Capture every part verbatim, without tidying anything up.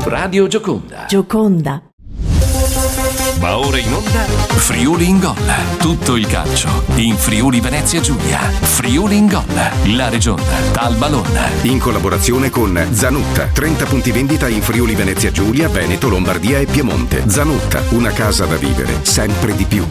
Radio Gioconda. Gioconda. Va ora in onda Friuli in Gol. Tutto il calcio in Friuli Venezia Giulia. Friuli in Gol. La Regione Talba Lonna. In collaborazione con Zanutta. trenta punti vendita in Friuli Venezia Giulia, Veneto, Lombardia e Piemonte. Zanutta, una casa da vivere sempre di più.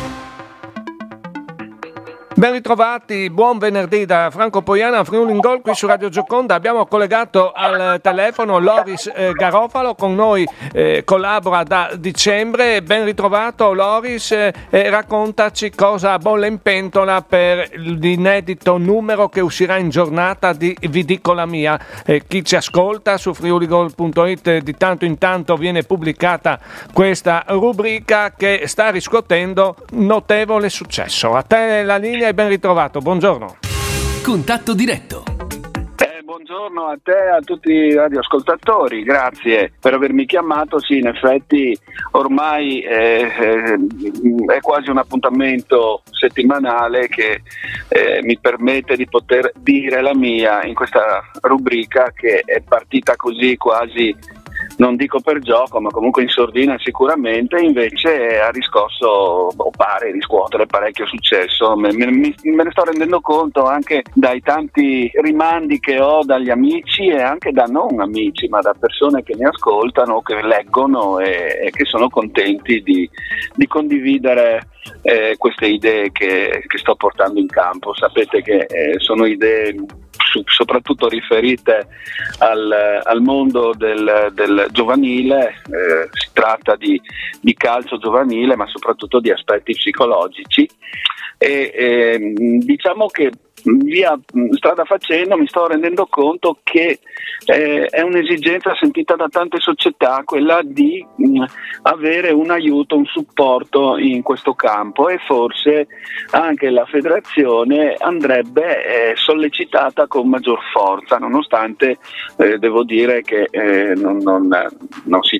Ben ritrovati, buon venerdì da Franco Poiana, Friuli in Gol qui su Radio Gioconda. Abbiamo collegato al telefono Loris eh, Garofalo, con noi eh, collabora da dicembre. Ben ritrovato Loris, eh, eh, raccontaci cosa bolle in pentola per l'inedito numero che uscirà in giornata di Vi dico la mia. Eh, chi ci ascolta su friuligol punto it, eh, di tanto in tanto viene pubblicata questa rubrica che sta riscuotendo notevole successo. A te la linea e ben ritrovato, buongiorno. Contatto diretto. Eh, buongiorno a te e a tutti i radioascoltatori, grazie per avermi chiamato. Sì, in effetti ormai eh, eh, è quasi un appuntamento settimanale che eh, mi permette di poter dire la mia in questa rubrica che è partita così quasi, non dico per gioco, ma comunque in sordina sicuramente, invece ha riscosso, o pare riscuotere parecchio successo. Me, me, me ne sto rendendo conto anche dai tanti rimandi che ho dagli amici e anche da non amici, ma da persone che mi ascoltano, che leggono e, e che sono contenti di, di condividere eh, queste idee che, che sto portando in campo. Sapete che eh, sono idee soprattutto riferite al, al mondo del, del giovanile, eh, si tratta di, di calcio giovanile, ma soprattutto di aspetti psicologici e eh, diciamo che via strada facendo mi sto rendendo conto che eh, è un'esigenza sentita da tante società quella di mh, avere un aiuto, un supporto in questo campo, e forse anche la federazione andrebbe eh, sollecitata con maggior forza, nonostante eh, devo dire che eh, non, non, non si,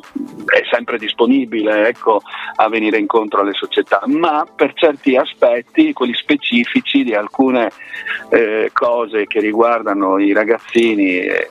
è sempre disponibile, ecco, a venire incontro alle società, ma per certi aspetti, quelli specifici di alcune Eh, cose che riguardano i ragazzini e,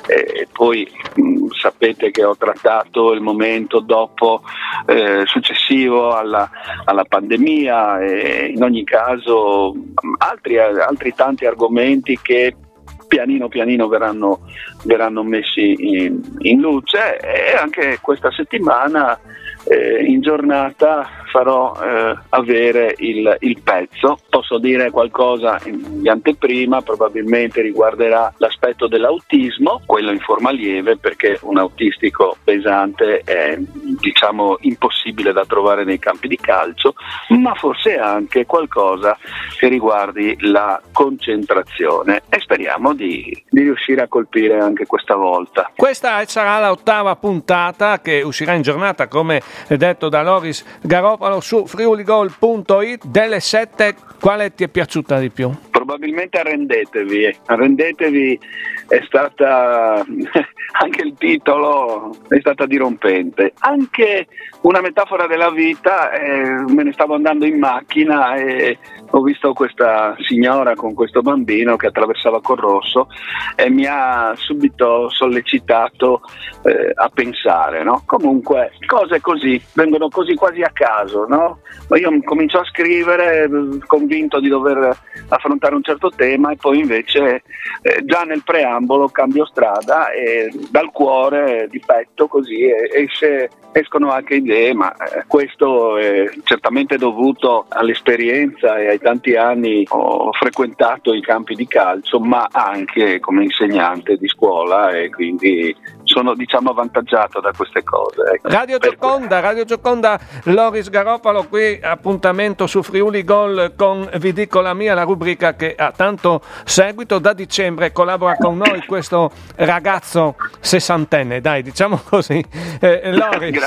e poi mh, sapete che ho trattato il momento dopo eh, successivo alla, alla pandemia e in ogni caso altri, altri tanti argomenti che pianino pianino verranno, verranno messi in, in luce, e anche questa settimana eh, in giornata farò eh, avere il, il pezzo. Posso dire qualcosa in, in anteprima, probabilmente riguarderà l'aspetto dell'autismo, quello in forma lieve, perché un autistico pesante è, diciamo, impossibile da trovare nei campi di calcio, ma forse anche qualcosa che riguardi la concentrazione, e speriamo di, di riuscire a colpire anche questa volta. Questa sarà l'ottava puntata che uscirà in giornata, come detto da Loris Garofalo, su friuligol punto it. Delle sette, quale ti è piaciuta di più? Probabilmente arrendetevi, arrendetevi è stata anche il titolo è stata dirompente, anche una metafora della vita. Eh, me ne stavo andando in macchina e ho visto questa signora con questo bambino che attraversava col rosso e mi ha subito sollecitato eh, a pensare, no? Comunque cose così, vengono così quasi a caso, no? Io comincio a scrivere convinto di dover affrontare un certo tema e poi invece eh, già nel preambolo cambio strada e dal cuore di petto così esce, escono anche idee, ma eh, questo è certamente dovuto all'esperienza e ai tanti anni ho frequentato i campi di calcio, ma anche come insegnante di scuola, e quindi sono, diciamo, avvantaggiato da queste cose. Ecco. Radio Gioconda, Radio Gioconda, Loris Garofalo qui, appuntamento su Friuli Gol con Vi dico la mia, la rubrica che ha tanto seguito. Da dicembre collabora con noi questo ragazzo sessantenne, dai, diciamo così. Eh, Loris,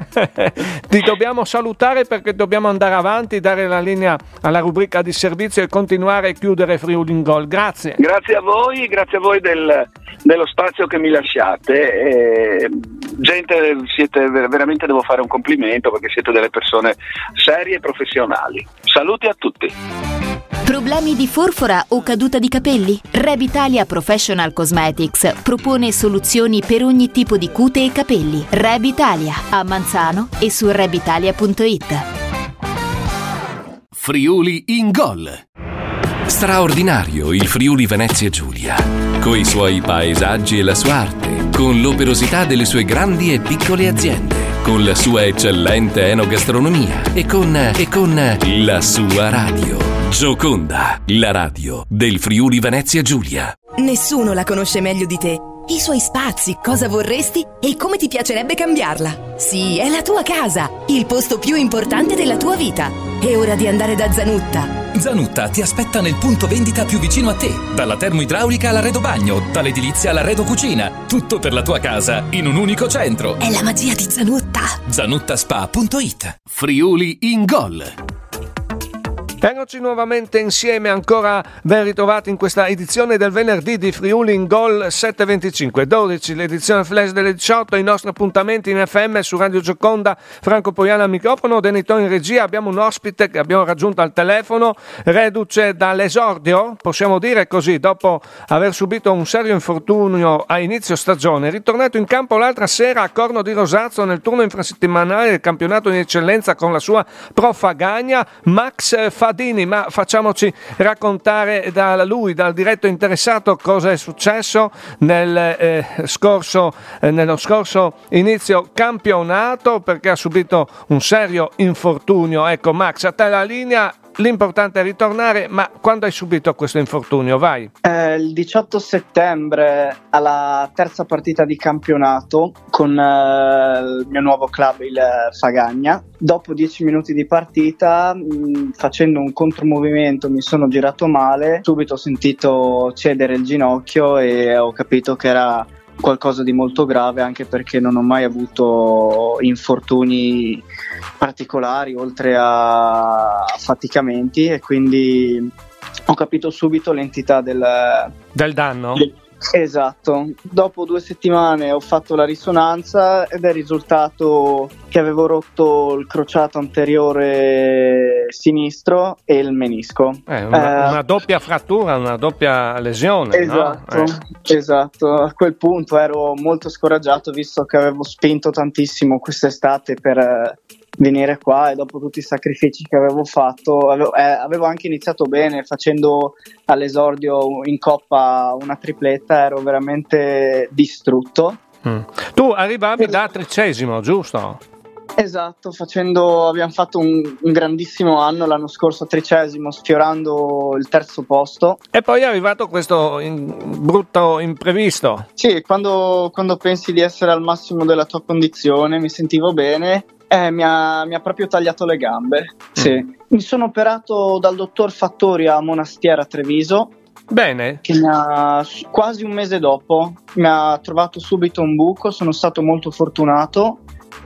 ti dobbiamo salutare perché dobbiamo andare avanti, dare la linea alla rubrica di servizio e continuare a chiudere Friuli in Gol. Grazie. Grazie a voi, grazie a voi del, dello spazio che mi lasciate. Eh, gente, siete veramente, devo fare un complimento perché siete delle persone serie e professionali. Saluti a tutti. Problemi di forfora o caduta di capelli? Rebitalia Professional Cosmetics propone soluzioni per ogni tipo di cute e capelli. Rebitalia a Manzano e su rebitalia punto it. Friuli in gol. Straordinario il Friuli Venezia Giulia, coi suoi paesaggi e la sua arte, con l'operosità delle sue grandi e piccole aziende, con la sua eccellente enogastronomia e con, e con la sua radio. Gioconda, la radio del Friuli Venezia Giulia. Nessuno la conosce meglio di te. I suoi spazi, cosa vorresti e come ti piacerebbe cambiarla. Sì, è la tua casa, il posto più importante della tua vita. È ora di andare da Zanutta. Zanutta ti aspetta nel punto vendita più vicino a te. Dalla termoidraulica all'arredo bagno, dall'edilizia all'arredo cucina. Tutto per la tua casa in un unico centro. È la magia di Zanutta. Zanuttaspa punto it. Friuli in gol. Eccoci nuovamente insieme, ancora ben ritrovati in questa edizione del venerdì di Friuli in Gol sette e venticinque dodici, l'edizione flash delle diciotto, i nostri appuntamenti in F M su Radio Gioconda, Franco Poiana al microfono, Denito in regia. Abbiamo un ospite che abbiamo raggiunto al telefono, reduce dall'esordio, possiamo dire così, dopo aver subito un serio infortunio a inizio stagione, ritornato in campo l'altra sera a Corno di Rosazzo nel turno infrasettimanale del campionato in eccellenza con la sua Pro Fagagna, Max Fadini. Ma facciamoci raccontare da lui, dal diretto interessato, cosa è successo nel, eh, scorso, eh, nello scorso inizio campionato, perché ha subito un serio infortunio. Ecco Max, a te la linea. L'importante è ritornare, ma quando hai subito questo infortunio? Vai. Eh, il diciotto settembre, alla terza partita di campionato con eh, il mio nuovo club, il Fagagna. Dopo dieci minuti di partita, mh, facendo un contromovimento, mi sono girato male. Subito ho sentito cedere il ginocchio e ho capito che era qualcosa di molto grave, anche perché non ho mai avuto infortuni particolari oltre a faticamenti, e quindi ho capito subito l'entità del, del danno. Esatto. Dopo due settimane ho fatto la risonanza ed è risultato che avevo rotto il crociato anteriore sinistro e il menisco. Eh, una, eh, una doppia frattura, una doppia lesione. Esatto, no? eh. esatto. A quel punto ero molto scoraggiato, visto che avevo spinto tantissimo quest'estate per eh, venire qua, e dopo tutti i sacrifici che avevo fatto avevo, eh, avevo anche iniziato bene facendo all'esordio in Coppa una tripletta, ero veramente distrutto. Mm. Tu arrivavi da tredicesimo, giusto? Esatto, facendo, abbiamo fatto un, un grandissimo anno l'anno scorso, tredicesimo, sfiorando il terzo posto. E poi è arrivato questo in, brutto imprevisto. Sì, quando, quando pensi di essere al massimo della tua condizione, mi sentivo bene. Eh, mi, ha, mi ha proprio tagliato le gambe. Sì. Mm. Mi sono operato dal dottor Fattori a Monastiera a Treviso. Bene. Che mi ha, quasi un mese dopo mi ha trovato subito un buco. Sono stato molto fortunato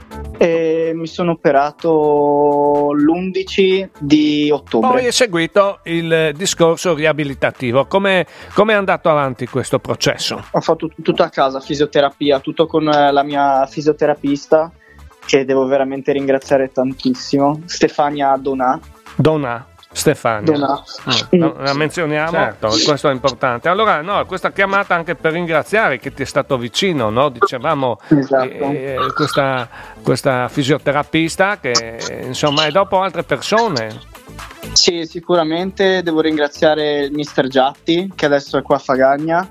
e mi sono operato l'undici di ottobre. Poi è seguito il discorso riabilitativo. Come è andato avanti questo processo? Ho fatto tutto a casa, fisioterapia, tutto con la mia fisioterapista, che devo veramente ringraziare tantissimo, Stefania Donà. Donà, Stefania. Donà. Mm, la menzioniamo? Certo, questo è importante. Allora, no, questa chiamata anche per ringraziare che ti è stato vicino, no? Dicevamo, esatto. eh, questa, questa fisioterapista che insomma è dopo altre persone. Sì, sicuramente devo ringraziare il mister Giatti, che adesso è qua a Fagagna.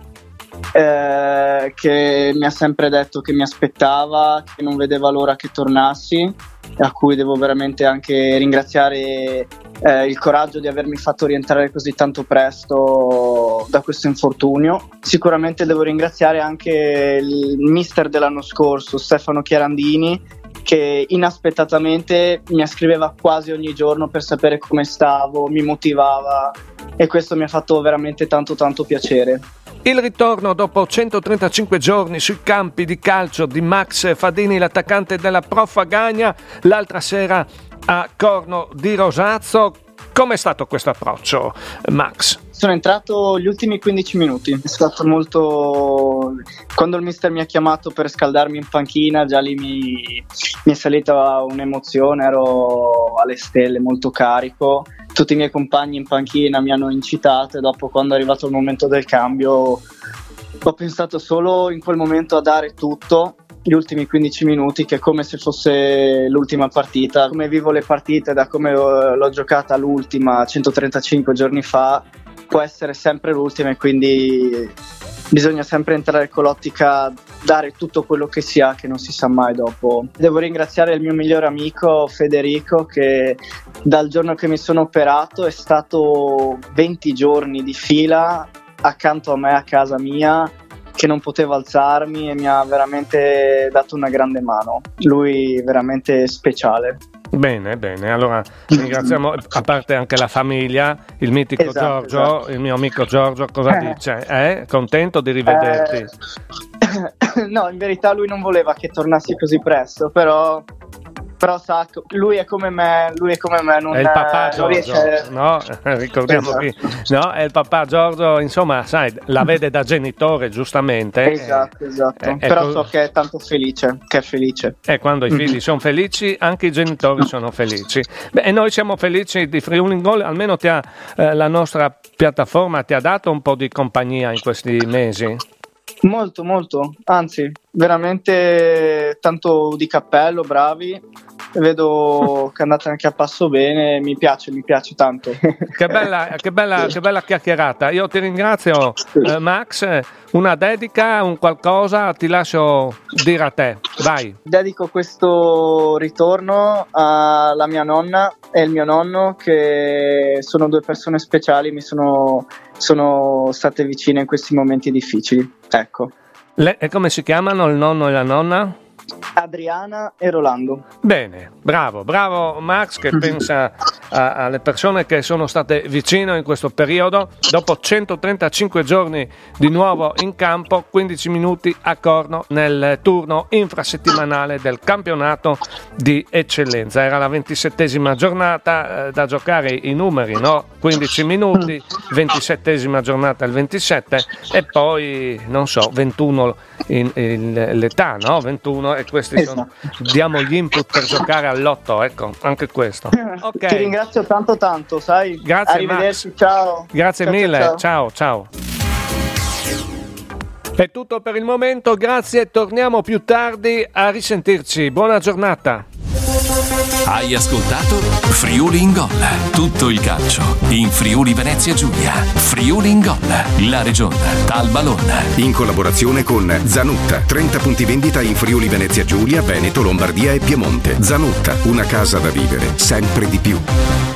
Eh, che mi ha sempre detto che mi aspettava, che non vedeva l'ora che tornassi, a cui devo veramente anche ringraziare eh, il coraggio di avermi fatto rientrare così tanto presto da questo infortunio. Sicuramente devo ringraziare anche il mister dell'anno scorso, Stefano Chiarandini, che inaspettatamente mi scriveva quasi ogni giorno per sapere come stavo, mi motivava, e questo mi ha fatto veramente tanto tanto piacere. Il ritorno dopo centotrentacinque giorni sui campi di calcio di Max Fadini, l'attaccante della Pro Fagagna, l'altra sera a Corno di Rosazzo. Com'è stato questo approccio, Max? Sono entrato gli ultimi quindici minuti, è stato molto... Quando il mister mi ha chiamato per scaldarmi in panchina, già lì mi, mi è salita un'emozione, ero alle stelle, molto carico. tutti i miei compagni in panchina mi hanno incitato, e dopo, quando è arrivato il momento del cambio, ho pensato solo in quel momento a dare tutto, gli ultimi quindici minuti, che è come se fosse l'ultima partita. Come vivo le partite, da come l'ho giocata l'ultima centotrentacinque giorni fa, può essere sempre l'ultima, e quindi bisogna sempre entrare con l'ottica dare tutto quello che si ha, che non si sa mai dopo. Devo ringraziare il mio migliore amico Federico, che dal giorno che mi sono operato è stato venti giorni di fila accanto a me a casa mia, che non potevo alzarmi, e mi ha veramente dato una grande mano. Lui veramente speciale. Bene, bene, allora ringraziamo, a parte anche la famiglia, il mitico Esatto, Giorgio, esatto. il mio amico Giorgio, cosa Eh. dice? Eh? Contento di rivederti? Eh, no, in verità lui non voleva che tornassi così presto, però però sa, lui è come me, lui è come me, non È il papà non Giorgio, riesce... no? Ricordiamo Esatto. che no? È il papà Giorgio, insomma, sai, la vede da genitore, giustamente. Esatto, esatto. Eh, Però ecco- so che è tanto felice, che è felice. E quando i figli sono felici, anche i genitori sono felici. Beh, e noi siamo felici di Friuli in Gol, almeno ti ha, eh, la nostra piattaforma ti ha dato un po' di compagnia in questi mesi. Molto, molto, anzi, veramente tanto di cappello, bravi. Vedo che andate anche a passo bene, mi piace, mi piace tanto. Che bella, che bella, che bella chiacchierata. Io ti ringrazio, eh, Max. Una dedica, un qualcosa, ti lascio dire a te. Vai. Dedico questo ritorno alla mia nonna e il mio nonno, che sono due persone speciali, mi sono, sono state vicine in questi momenti difficili. Ecco. Le, e come si chiamano il nonno e la nonna? Adriana e Rolando. Bene, bravo, bravo Max, che pensa a- alle persone che sono state vicino in questo periodo. Dopo centotrentacinque giorni di nuovo in campo, quindici minuti a corno nel turno infrasettimanale del campionato di eccellenza. Era la ventisettesima giornata, eh, da giocare i numeri, no? quindici minuti, ventisettesima giornata il ventisette, e poi non so, ventuno in, in, l'età, no? ventuno, e questi sono, diamo gli input per giocare all'otto, ecco, anche questo. Ok. Ti ringrazio tanto tanto, sai? Grazie, Arrivederci, Max. ciao. Grazie Ciao, mille, ciao, ciao ciao. È tutto per il momento, grazie, torniamo più tardi, a risentirci, buona giornata. Hai ascoltato Friuli in Gol. Tutto il calcio in Friuli Venezia Giulia. Friuli in Gol, la regione dal ballone. In collaborazione con Zanutta, trenta punti vendita in Friuli Venezia Giulia, Veneto, Lombardia e Piemonte. Zanutta, una casa da vivere sempre di più.